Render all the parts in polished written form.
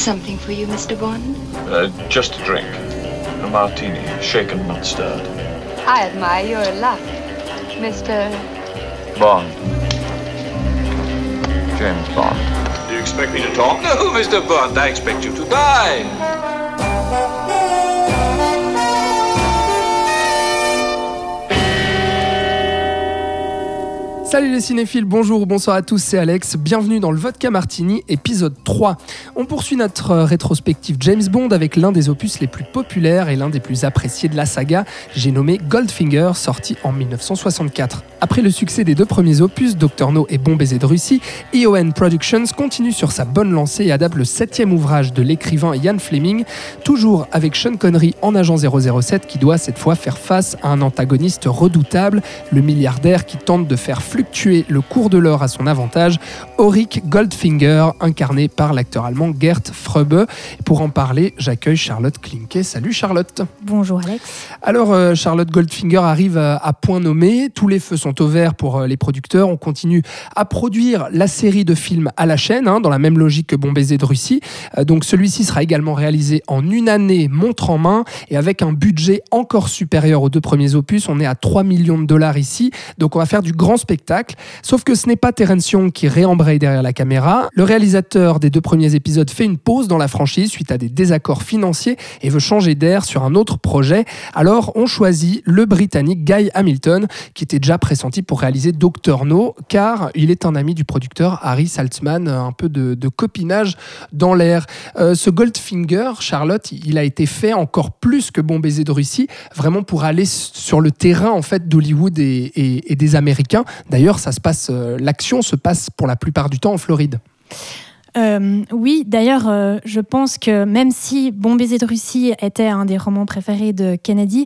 something for you, Mr. Bond? Just a drink. A martini, shaken, not stirred. I admire your luck, Mr. Bond. James Bond. Do you expect me to talk? No, Mr. Bond, I expect you to die. Salut les cinéphiles, bonjour ou bonsoir à tous, c'est Alex, bienvenue dans le Vodka Martini, épisode 3. On poursuit notre rétrospective James Bond avec l'un des opus les plus populaires et l'un des plus appréciés de la saga, j'ai nommé Goldfinger, sorti en 1964. Après le succès des deux premiers opus, Dr No et Bon baiser de Russie, EON Productions continue sur sa bonne lancée et adapte le 7e ouvrage de l'écrivain Ian Fleming, toujours avec Sean Connery en agent 007 qui doit cette fois faire face à un antagoniste redoutable, le milliardaire qui tente de faire fluctuer le cours de l'or à son avantage, Auric Goldfinger, incarné par l'acteur allemand Gert Fröbe. Pour en parler, j'accueille Charlotte Klinke. Salut Charlotte. Bonjour Alex. Alors Charlotte Goldfinger arrive à point nommé, tous les feux sont au vert pour les producteurs, on continue à produire la série de films à la chaîne, dans la même logique que Bon baiser de Russie. Donc celui-ci sera également réalisé en une année, montre en main, et avec un budget encore supérieur aux deux premiers opus, on est à 3 millions de dollars ici, donc on va faire du grand spectacle. Sauf que ce n'est pas Terence Young qui réembraye derrière la caméra. Le réalisateur des deux premiers épisodes fait une pause dans la franchise suite à des désaccords financiers et veut changer d'air sur un autre projet. Alors on choisit le Britannique Guy Hamilton qui était déjà pressenti pour réaliser Dr No car il est un ami du producteur Harry Saltzman, un peu de copinage dans l'air. Ce Goldfinger, Charlotte, il a été fait encore plus que Bon baiser de Russie, vraiment pour aller sur le terrain en fait d'Hollywood et des Américains. D'ailleurs, l'action se passe pour la plupart du temps en Floride. Oui, d'ailleurs, je pense que même si Bon baiser de Russie était un des romans préférés de Kennedy,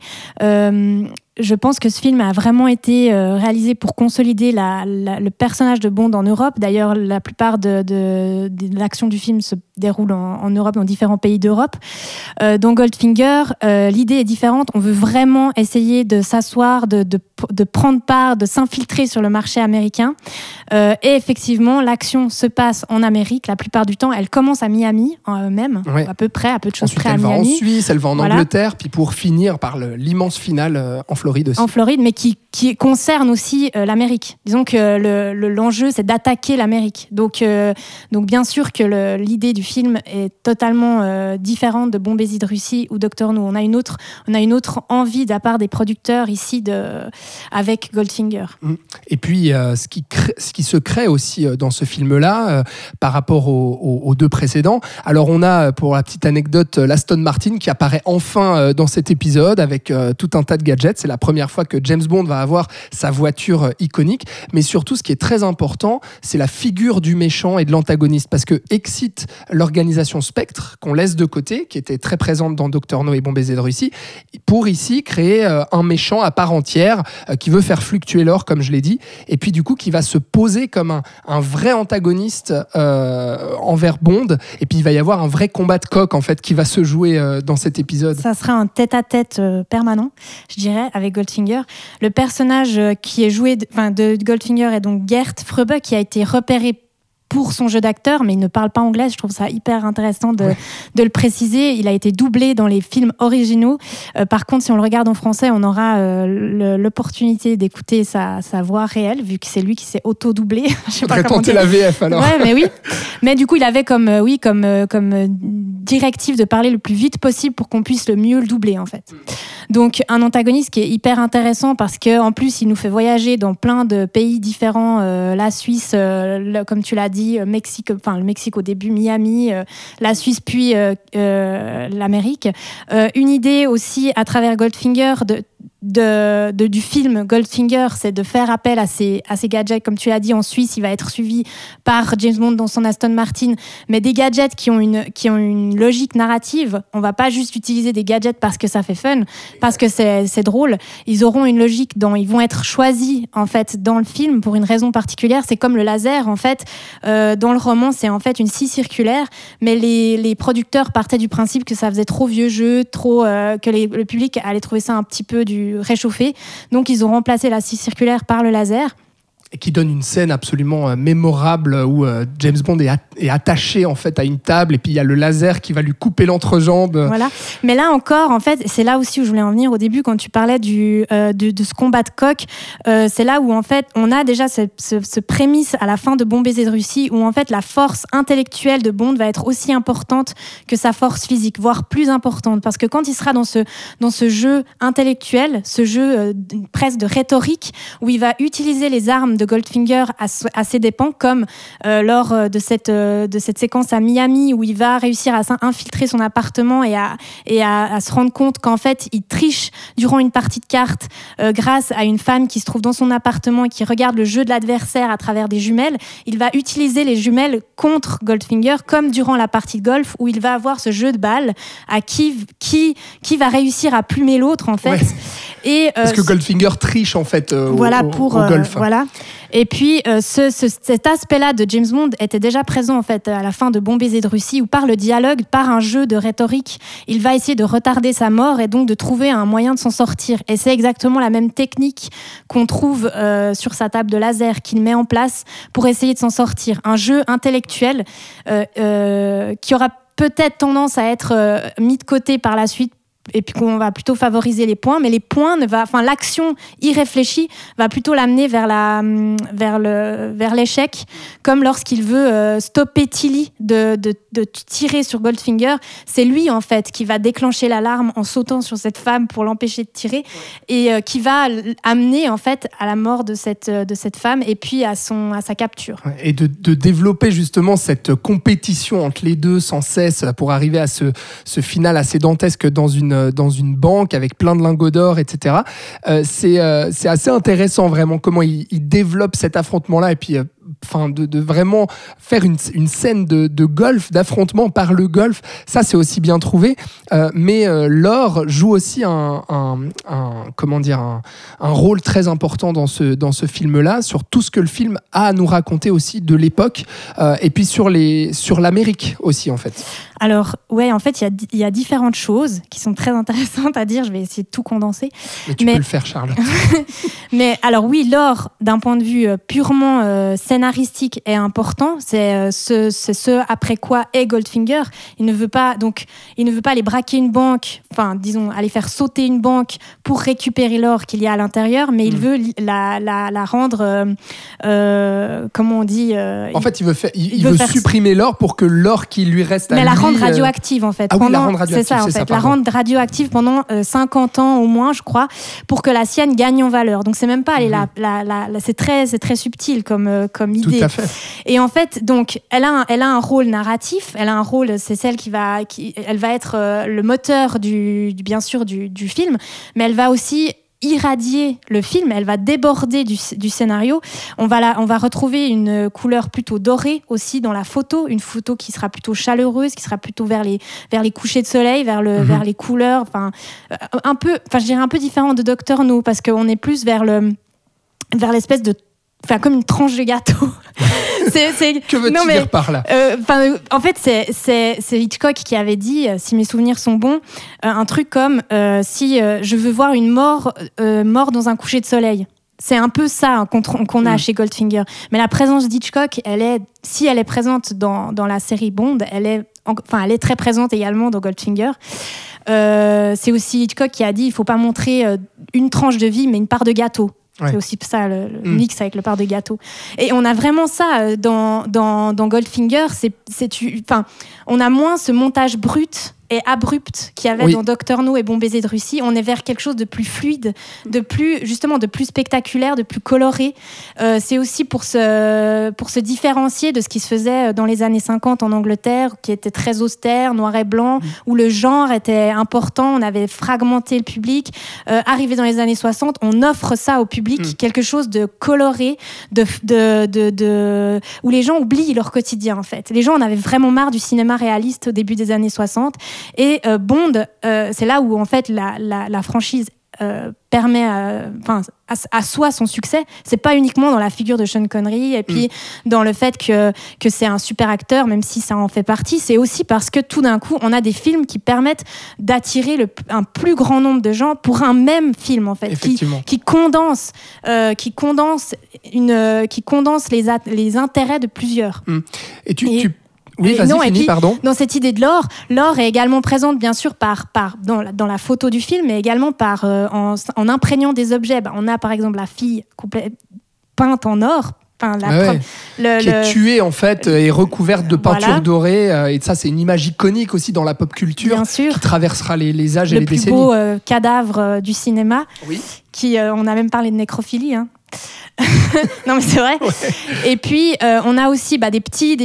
je pense que ce film a vraiment été réalisé pour consolider le personnage de Bond en Europe. D'ailleurs, la plupart de l'action du film se déroule en Europe, dans différents pays d'Europe. Dans Goldfinger, l'idée est différente. On veut vraiment essayer de s'asseoir, de prendre part, de s'infiltrer sur le marché américain. Et effectivement, l'action se passe en Amérique. La plupart du temps, elle commence à Miami, même, ouais. À peu de choses Ensuite, près à Miami. Elle va en Suisse, elle va en Angleterre, puis pour finir par l'immense finale en Floride aussi. En Floride, mais qui concerne aussi l'Amérique. Disons que l'enjeu, c'est d'attaquer l'Amérique. Donc bien sûr que l'idée du film est totalement différente de Bon baiser de Russie ou Dr No. On a une autre envie de la part des producteurs ici avec Goldfinger. Et puis, ce qui se crée aussi dans ce film-là, par rapport aux deux précédents. Alors, on a, pour la petite anecdote, l'Aston Martin qui apparaît enfin dans cet épisode avec tout un tas de gadgets. C'est la première fois que James Bond va avoir sa voiture iconique. Mais surtout, ce qui est très important, c'est la figure du méchant et de l'antagoniste. Parce que excite l'organisation Spectre, qu'on laisse de côté, qui était très présente dans Dr No et Bon baiser de Russie, pour ici créer un méchant à part entière qui veut faire fluctuer l'or, comme je l'ai dit, et puis du coup qui va se poser comme un vrai antagoniste envers Bond, et puis il va y avoir un vrai combat de coq en fait qui va se jouer dans cet épisode. Ça sera un tête-à-tête permanent, je dirais, avec Goldfinger. Le personnage qui est joué de Goldfinger est donc Gert Fröbe, qui a été repéré pour son jeu d'acteur, mais il ne parle pas anglais. Je trouve ça hyper intéressant de le préciser. Il a été doublé dans les films originaux. Par contre, si on le regarde en français, on aura l'opportunité d'écouter sa voix réelle, vu que c'est lui qui s'est auto-doublé. Je faudrait tenter la VF alors. Ouais, mais oui. Mais du coup, il avait comme directive de parler le plus vite possible pour qu'on puisse le mieux le doubler, en fait. Donc, un antagoniste qui est hyper intéressant parce qu'en plus, il nous fait voyager dans plein de pays différents. La Suisse, comme tu l'as dit, le Mexique au début, Miami, la Suisse puis l'Amérique. Une idée aussi à travers Goldfinger du film Goldfinger, c'est de faire appel à ces gadgets. Comme tu l'as dit, en Suisse, il va être suivi par James Bond dans son Aston Martin, mais des gadgets qui ont une logique narrative. On va pas juste utiliser des gadgets parce que ça fait fun, parce que c'est drôle. Ils auront une logique ils vont être choisis en fait dans le film pour une raison particulière. C'est comme le laser en fait. Dans le roman, c'est en fait une scie circulaire, mais les producteurs partaient du principe que ça faisait trop vieux jeu, que le public allait trouver ça un petit peu réchauffé. Donc ils ont remplacé la scie circulaire par le laser. et qui donne une scène absolument mémorable où James Bond est attaché en fait à une table et puis il y a le laser qui va lui couper l'entrejambe. Voilà. Mais là encore, en fait, c'est là aussi où je voulais en venir au début quand tu parlais de ce combat de coq. C'est là où en fait on a déjà ce prémisse à la fin de Bon baiser de Russie où en fait la force intellectuelle de Bond va être aussi importante que sa force physique, voire plus importante, parce que quand il sera dans ce jeu intellectuel, ce jeu presque de rhétorique où il va utiliser les armes de Goldfinger à ses dépens, comme lors de cette séquence à Miami où il va réussir à infiltrer son appartement et à se rendre compte qu'en fait il triche durant une partie de cartes grâce à une femme qui se trouve dans son appartement et qui regarde le jeu de l'adversaire à travers des jumelles. Il va utiliser les jumelles contre Goldfinger, comme durant la partie de golf où il va avoir ce jeu de balles à qui va réussir à plumer l'autre en fait. Ouais. Et, parce que Goldfinger triche en fait au golf. Voilà. Et puis cet aspect-là de James Bond était déjà présent en fait à la fin de Bon baiser de Russie, où par le dialogue, par un jeu de rhétorique, il va essayer de retarder sa mort et donc de trouver un moyen de s'en sortir. Et c'est exactement la même technique qu'on trouve sur sa table de laser qu'il met en place pour essayer de s'en sortir. Un jeu intellectuel qui aura peut-être tendance à être mis de côté par la suite, et puis qu'on va plutôt favoriser les points, mais les points l'action irréfléchie va plutôt l'amener vers l'échec, comme lorsqu'il veut stopper Tilly de tirer sur Goldfinger. C'est lui en fait qui va déclencher l'alarme en sautant sur cette femme pour l'empêcher de tirer, et qui va amener en fait à la mort de cette femme et puis à sa capture. Et de développer justement cette compétition entre les deux sans cesse pour arriver à ce final assez dantesque dans une banque avec plein de lingots d'or, etc. C'est assez intéressant vraiment comment il développe cet affrontement-là et puis de vraiment faire une scène de golf, d'affrontement par le golf. Ça, c'est aussi bien trouvé. Mais l'or joue aussi un rôle très important dans ce film-là, sur tout ce que le film a à nous raconter aussi de l'époque, et puis sur l'Amérique aussi, en fait. Alors, ouais, en fait, il y a différentes choses qui sont très intéressantes à dire. Je vais essayer de tout condenser. Mais tu peux le faire, Charlotte. Mais alors oui, l'or, d'un point de vue purement scénaristique, est important. C'est ce après quoi est Goldfinger. Il ne veut pas aller braquer une banque, aller faire sauter une banque pour récupérer l'or qu'il y a à l'intérieur, mais il veut la rendre, comment on dit en fait, il veut supprimer l'or pour que l'or qui lui reste à lui... la rendre radioactive en fait. Ah oui, la rendre radioactive, c'est ça, la rendre radioactive pendant 50 ans au moins, je crois, pour que la sienne gagne en valeur. Donc c'est même pas aller c'est très subtil comme idée. Tout à fait. Et en fait, donc elle a un rôle narratif, elle a un rôle, c'est celle elle va être le moteur bien sûr du film, mais elle va aussi irradier le film, elle va déborder du scénario. On va retrouver une couleur plutôt dorée aussi dans la photo, une photo qui sera plutôt chaleureuse, qui sera plutôt vers les couchers de soleil, vers les couleurs, je dirais un peu différent de Dr No, parce qu'on est plus vers l'espèce de, comme une tranche de gâteau. Que veux-tu dire par là ? En fait, c'est Hitchcock qui avait dit, si mes souvenirs sont bons, un truc comme si je veux voir une mort dans un coucher de soleil. C'est un peu ça qu'on a chez Goldfinger. Mais la présence d'Hitchcock, si elle est présente dans la série Bond, elle est très présente également dans Goldfinger. C'est aussi Hitchcock qui a dit il ne faut pas montrer une tranche de vie, mais une part de gâteau. Ouais. C'est aussi ça, le mix avec le part de gâteau. Et on a vraiment ça dans Goldfinger. On a moins ce montage brut et abrupt qu'il y avait dans Dr No et Bon baiser de Russie. On est vers quelque chose de plus fluide, de plus spectaculaire, de plus coloré. C'est aussi pour se différencier de ce qui se faisait dans les années 50 en Angleterre, qui était très austère, noir et blanc, où le genre était important, on avait fragmenté le public. Arrivé dans les années 60, on offre ça au public, quelque chose de coloré, où les gens oublient leur quotidien en fait. Les gens en avaient vraiment marre du cinéma réaliste au début des années 60. Et Bond, c'est là où en fait la franchise permet à soi son succès, c'est pas uniquement dans la figure de Sean Connery et puis dans le fait que c'est un super acteur, même si ça en fait partie, c'est aussi parce que tout d'un coup on a des films qui permettent d'attirer un plus grand nombre de gens pour un même film en fait, qui condense les intérêts de plusieurs. Et oui, vas-y, finis, pardon. Dans cette idée de l'or est également présente, bien sûr, dans la photo du film, mais également en imprégnant des objets. On a, par exemple, la fille peinte en or. Qui est tuée, en fait, et recouverte de peinture dorée. Et ça, c'est une image iconique aussi dans la pop culture, qui traversera les âges et les décennies. Le plus beau cadavre du cinéma. Oui. On a même parlé de nécrophilie, hein. Non mais c'est vrai. Ouais. Et puis on a aussi des petits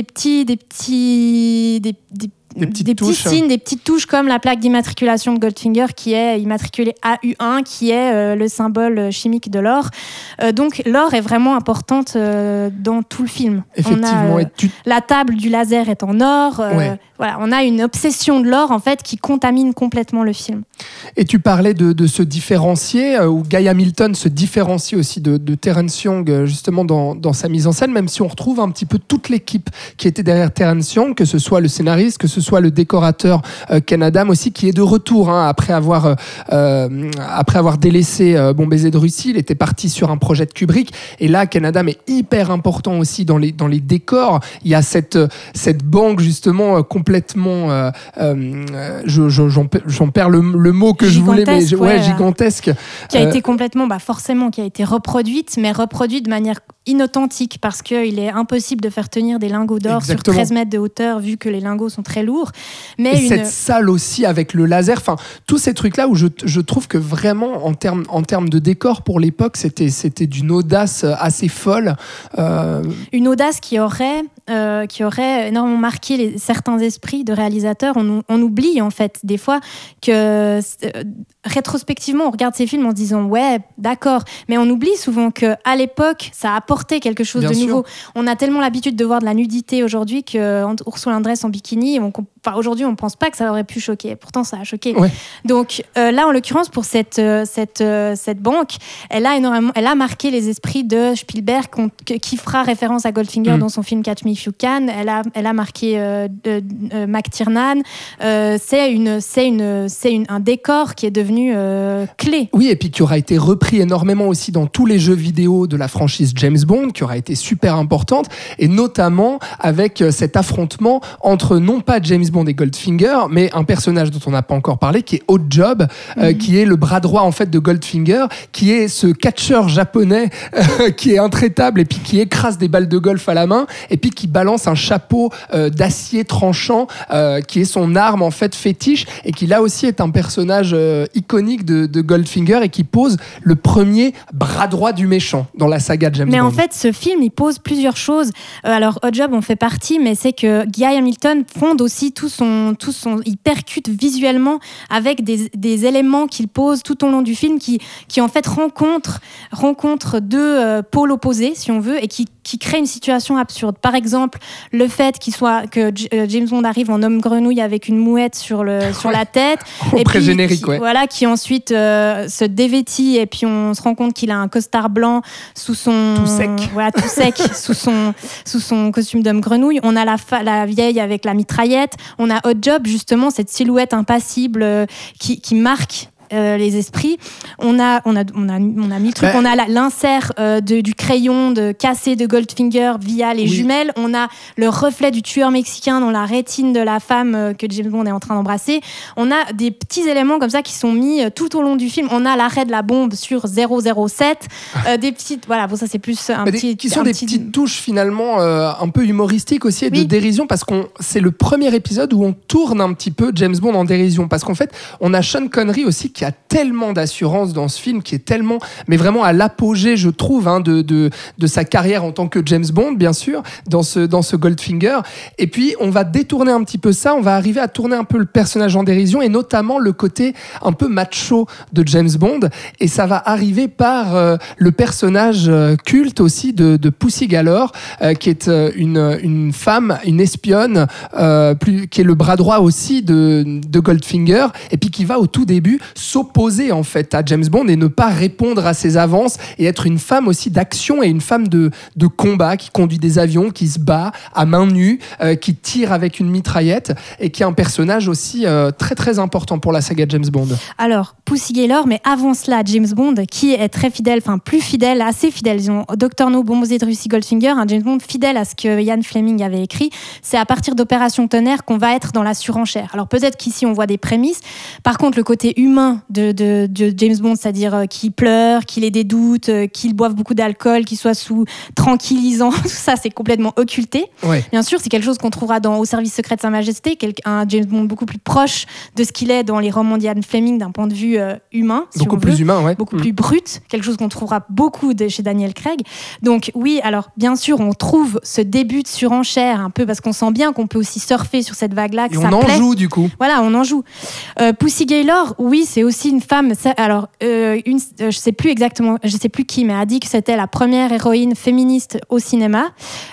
signes, des petites touches comme la plaque d'immatriculation de Goldfinger qui est immatriculée AU1, qui est le symbole chimique de l'or. Donc l'or est vraiment importante dans tout le film. Effectivement. On a, la table du laser est en or. Voilà, on a une obsession de l'or en fait qui contamine complètement le film. Et tu parlais de se différencier, où Guy Hamilton se différencie aussi de Terence Young justement dans sa mise en scène, même si on retrouve un petit peu toute l'équipe qui était derrière Terence Young, que ce soit le scénariste, que ce soit le décorateur Ken Adam aussi, qui est de retour après avoir délaissé Bon baiser de Russie. Il était parti sur un projet de Kubrick, et là Ken Adam est hyper important aussi dans les décors. Il y a cette banque justement complètement j'en perds le mot que je voulais, mais gigantesque, qui a été complètement forcément qui a été reproduite, mais reproduite de manière inauthentique, parce qu'il est impossible de faire tenir des lingots d'or sur 13 mètres de hauteur vu que les lingots sont très lourds. Mais cette salle aussi avec le laser, enfin tous ces trucs là où je trouve que vraiment en termes de décor pour l'époque c'était d'une audace assez folle, une audace qui aurait énormément marqué certains esprits de réalisateurs. On oublie en fait des fois que rétrospectivement on regarde ces films en se disant ouais d'accord, mais on oublie souvent qu'à l'époque ça a apporté quelque chose de nouveau. On a tellement l'habitude de voir de la nudité aujourd'hui que Ursula Andress en bikini, aujourd'hui on ne pense pas que ça aurait pu choquer, pourtant ça a choqué. Ouais. Donc là en l'occurrence pour cette banque, elle a marqué les esprits de Spielberg qui fera référence à Goldfinger dans son film Catch Me If You Can. Elle a marqué McTiernan. C'est un décor qui est devenu clé. Oui, et puis qui aura été repris énormément aussi dans tous les jeux vidéo de la franchise James Bond, qui aura été super importante, et notamment avec cet affrontement entre non pas James Bond et Goldfinger, mais un personnage dont on n'a pas encore parlé, qui est Oddjob, qui est le bras droit en fait de Goldfinger, qui est ce catcheur japonais qui est intraitable et puis qui écrase des balles de golf à la main, et puis qui balance un chapeau d'acier tranchant, qui est son arme en fait fétiche, et qui là aussi est un personnage iconique de Goldfinger, et qui pose le premier bras droit du méchant dans la saga de James Bond. Mais en fait, ce film, il pose plusieurs choses. Alors, Oddjob en fait partie, mais c'est que Guy Hamilton fonde aussi il percute visuellement avec des éléments qu'il pose tout au long du film qui en fait rencontrent deux pôles opposés, si on veut, et qui crée une situation absurde. Par exemple, le fait que James Bond arrive en homme grenouille avec une mouette sur la tête, et pré-générique, qui ensuite se dévêtit, et puis on se rend compte qu'il a un costard blanc sous son tout sec sous son costume d'homme grenouille. On a la vieille avec la mitraillette. On a Oddjob, justement, cette silhouette impassible qui marque les esprits. On a mis le truc. On a l'insert du crayon cassé de Goldfinger via les jumelles. On a le reflet du tueur mexicain dans la rétine de la femme que James Bond est en train d'embrasser. On a des petits éléments comme ça qui sont mis tout au long du film. On a l'arrêt de la bombe sur 007. Des petites, ça c'est plus des petites touches finalement un peu humoristiques aussi, et de dérision, parce que c'est le premier épisode où on tourne un petit peu James Bond en dérision, parce qu'en fait on a Sean Connery aussi qui a tellement d'assurance dans ce film, qui est tellement, mais vraiment à l'apogée, je trouve, de sa carrière en tant que James Bond, bien sûr, dans ce Goldfinger. Et puis on va détourner un petit peu ça, on va arriver à tourner un peu le personnage en dérision, et notamment le côté un peu macho de James Bond, et ça va arriver par le personnage culte aussi de Pussy Galore, qui est une femme, une espionne, qui est le bras droit aussi de Goldfinger, et puis qui va au tout début s'opposer en fait à James Bond et ne pas répondre à ses avances et être une femme aussi d'action et une femme de combat qui conduit des avions, qui se bat à main nue, qui tire avec une mitraillette et qui est un personnage aussi très très important pour la saga James Bond. Alors, Pussy Galore, mais avant cela, James Bond, qui est très fidèle, enfin plus fidèle, assez fidèle, disons, Dr. No, Bon Baiser de Lucy Goldfinger, un James Bond fidèle à ce que Ian Fleming avait écrit. C'est à partir d'Opération Tonnerre qu'on va être dans la surenchère. Alors peut-être qu'ici on voit des prémices. Par contre, le côté humain de James Bond, c'est-à-dire qu'il pleure, qu'il ait des doutes, qu'il boive beaucoup d'alcool, qu'il soit sous tranquillisant, tout ça, c'est complètement occulté. Ouais. Bien sûr, c'est quelque chose qu'on trouvera dans Au service secret de Sa Majesté, un James Bond beaucoup plus proche de ce qu'il est dans les romans d'Ian Fleming d'un point de vue humain. Si beaucoup plus humain, ouais. Beaucoup plus brut, quelque chose qu'on trouvera beaucoup chez Daniel Craig. Donc oui, alors bien sûr, on trouve ce début de surenchère un peu parce qu'on sent bien qu'on peut aussi surfer sur cette vague-là, que et ça on en plaît. joue du coup. Voilà, on en joue. Pussy Galore, oui, c'est aussi une femme. Alors, je sais plus qui, mais a dit que c'était la première héroïne féministe au cinéma,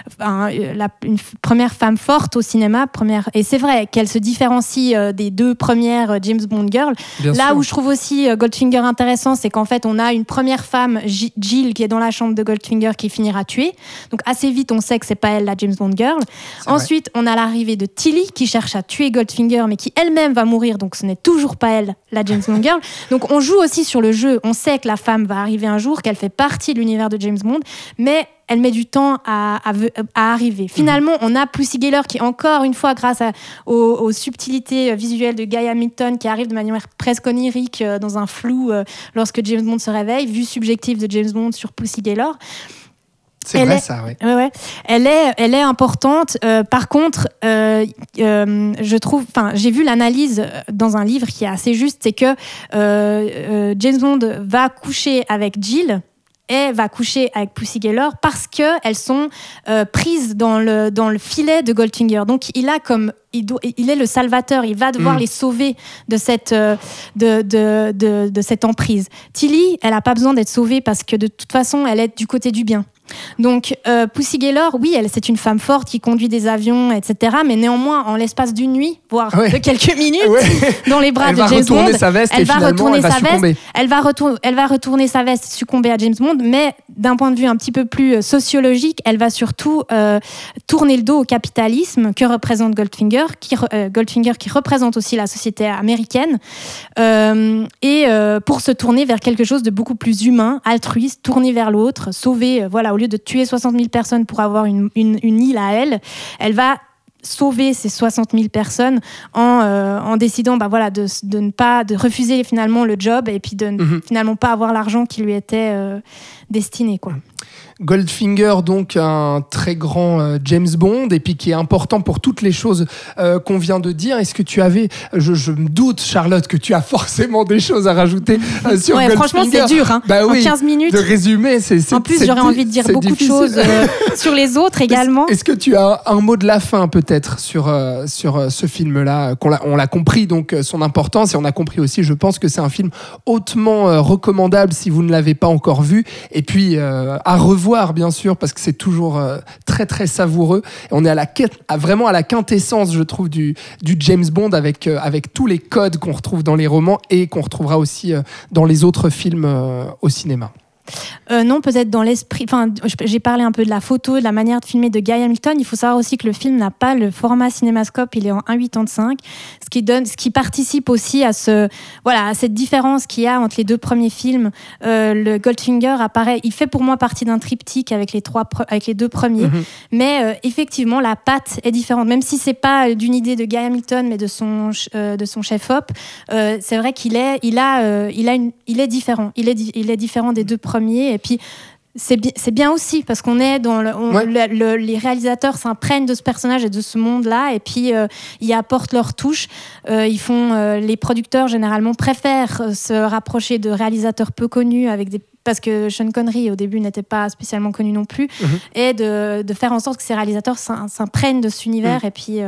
une première femme forte au cinéma, et c'est vrai qu'elle se différencie des deux premières James Bond girls. Bien Là sûr. où je trouve aussi Goldfinger intéressant, c'est qu'en fait, on a une première femme, Jill, qui est dans la chambre de Goldfinger, qui finira tuée. Donc assez vite, on sait que c'est pas elle la James Bond girl. C'est Ensuite, on a l'arrivée de Tilly, qui cherche à tuer Goldfinger, mais qui elle-même va mourir. Donc ce n'est toujours pas elle la James Bond girl. Donc on joue aussi sur le jeu. On sait que la femme va arriver un jour, qu'elle fait partie de l'univers de James Bond, mais elle met du temps à arriver. Finalement, on a Pussy Galore qui, encore une fois, grâce aux subtilités visuelles de Guy Hamilton, qui arrive de manière presque onirique dans un flou lorsque James Bond se réveille, vue subjective de James Bond sur Pussy Galore. C'est vrai, ça, oui. Ouais. Elle est importante. Par contre, je trouve, j'ai vu l'analyse dans un livre qui est assez juste, c'est que James Bond va coucher avec Jill et va coucher avec Pussy Galore parce qu'elles sont prises dans le filet de Goldfinger. Donc il est le salvateur, il va devoir les sauver de cette emprise. Tilly, elle n'a pas besoin d'être sauvée parce que de toute façon, elle est du côté du bien. Donc Pussy Galore, oui, c'est une femme forte qui conduit des avions, etc. Mais néanmoins, en l'espace d'une nuit, voire de quelques minutes, dans les bras de James Bond, elle va retourner sa veste. Elle va retourner sa veste, succomber à James Bond. Mais d'un point de vue un petit peu plus sociologique, elle va surtout tourner le dos au capitalisme que représente Goldfinger, Goldfinger qui représente aussi la société américaine, pour se tourner vers quelque chose de beaucoup plus humain, altruiste, tourné vers l'autre, sauver, au lieu de tuer 60 000 personnes pour avoir une île à elle va sauver ces 60 000 personnes en décidant de refuser finalement le job et puis de finalement pas avoir l'argent qui lui était destiné, quoi. Goldfinger, donc un très grand James Bond, et puis qui est important pour toutes les choses qu'on vient de dire. Est-ce que tu avais, je me doute, Charlotte, que tu as forcément des choses à rajouter sur Goldfinger. Franchement, c'est dur, hein. En 15 minutes. De résumer, en plus, j'aurais envie de dire beaucoup de choses sur les autres également. Est-ce que tu as un mot de la fin peut-être sur ce film-là, on l'a compris, donc son importance, et on a compris aussi, je pense que c'est un film hautement recommandable si vous ne l'avez pas encore vu, et puis à revoir bien sûr, parce que c'est toujours très très savoureux. Et on est vraiment à la quintessence, je trouve, du James Bond avec tous les codes qu'on retrouve dans les romans et qu'on retrouvera aussi dans les autres films au cinéma. Non, peut-être dans l'esprit. J'ai parlé un peu de la photo, de la manière de filmer de Guy Hamilton. Il faut savoir aussi que le film n'a pas le format cinémascope, il est en 1,85, ce qui participe aussi à cette différence qu'il y a entre les deux premiers films. Le Goldfinger apparaît, il fait pour moi partie d'un triptyque avec les deux premiers, mais effectivement la patte est différente, même si c'est pas d'une idée de Guy Hamilton, mais de son chef-op. C'est vrai qu'il est différent. Il est différent des deux premiers. Et puis c'est bien aussi parce qu'on est dans les réalisateurs s'imprègnent de ce personnage et de ce monde-là, et puis ils apportent leur touche. Les producteurs généralement préfèrent se rapprocher de réalisateurs peu connus parce que Sean Connery au début n'était pas spécialement connu non plus, et de faire en sorte que ces réalisateurs s'imprègnent de cet univers et puis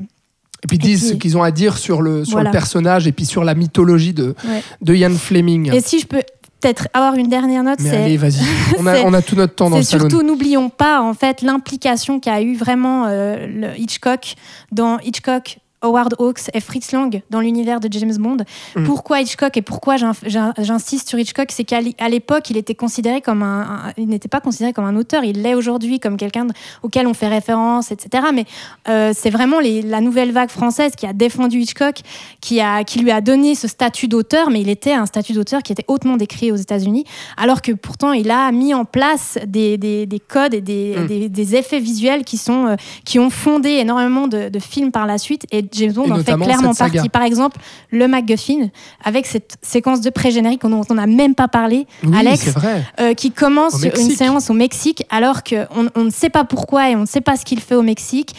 disent ce qu'ils ont à dire sur le personnage et puis sur la mythologie de Ian Fleming. Et si je peux peut-être avoir une dernière note, allez, vas-y. On a tout notre temps dans le salon. Surtout, n'oublions pas en fait l'implication qu'a eu vraiment Hitchcock dans Hitchcock Howard Hawks et Fritz Lang dans l'univers de James Bond. Pourquoi Hitchcock et pourquoi j'insiste sur Hitchcock, c'est qu'à l'époque, il était considéré comme il n'était pas considéré comme un auteur, il l'est aujourd'hui comme quelqu'un auquel on fait référence, etc. Mais c'est vraiment la nouvelle vague française qui a défendu Hitchcock, qui lui a donné ce statut d'auteur, mais il était un statut d'auteur qui était hautement décrié aux États-Unis, alors que pourtant il a mis en place des codes et des effets visuels qui ont fondé énormément de films par la suite, et James Bond en fait clairement partie. Par exemple, le MacGuffin, avec cette séquence de pré-générique dont on n'a même pas parlé, oui, Alex, c'est vrai. qui commence une séance au Mexique, alors qu'on ne sait pas pourquoi et on ne sait pas ce qu'il fait au Mexique.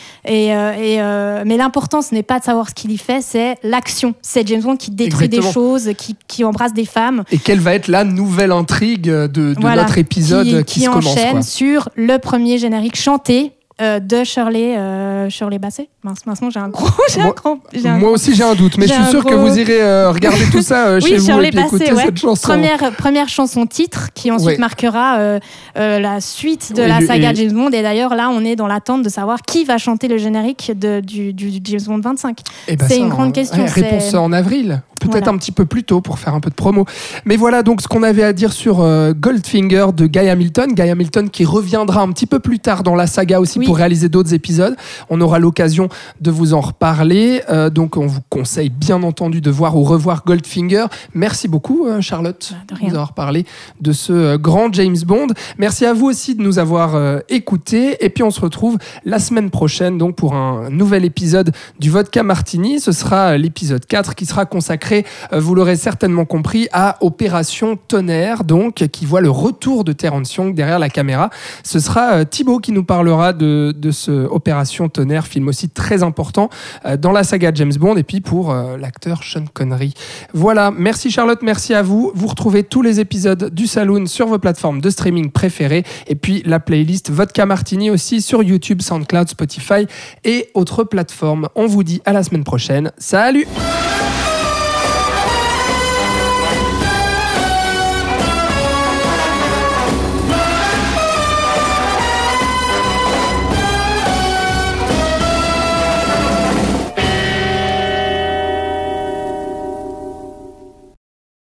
Mais l'important, ce n'est pas de savoir ce qu'il y fait, c'est l'action. C'est James Bond qui détruit des choses, qui embrasse des femmes. Et quelle va être la nouvelle intrigue de notre épisode qui se commence, enchaîne sur le premier générique chanté de Shirley Bassey. Maintenant, j'ai un gros... Moi aussi, j'ai un doute, mais je suis sûr que vous irez regarder tout ça chez vous Shirley et puis écouter Bassey, cette chanson. Première chanson titre qui ensuite marquera la suite de la saga James Bond. Et d'ailleurs, là, on est dans l'attente de savoir qui va chanter le générique du James Bond 25. C'est une grande question. Réponse en avril. Peut-être un petit peu plus tôt pour faire un peu de promo. Mais voilà donc ce qu'on avait à dire sur Goldfinger de Guy Hamilton. Guy Hamilton qui reviendra un petit peu plus tard dans la saga aussi pour réaliser d'autres épisodes. On aura l'occasion de vous en reparler. Donc on vous conseille bien entendu de voir ou revoir Goldfinger. Merci beaucoup Charlotte de nous avoir parlé de ce grand James Bond. Merci à vous aussi de nous avoir écoutés. Et puis on se retrouve la semaine prochaine donc pour un nouvel épisode du Vodka Martini. Ce sera l'épisode 4 qui sera consacré, vous l'aurez certainement compris, à Opération Tonnerre, donc, qui voit le retour de Terence Young derrière la caméra. Ce sera Thibaut qui nous parlera de ce Opération Tonnerre, film aussi très important dans la saga James Bond, et puis pour l'acteur Sean Connery. Voilà, merci Charlotte, merci à vous. Vous retrouvez tous les épisodes du Saloon sur vos plateformes de streaming préférées, et puis la playlist Vodka Martini aussi sur YouTube, SoundCloud, Spotify et autres plateformes. On vous dit à la semaine prochaine. Salut!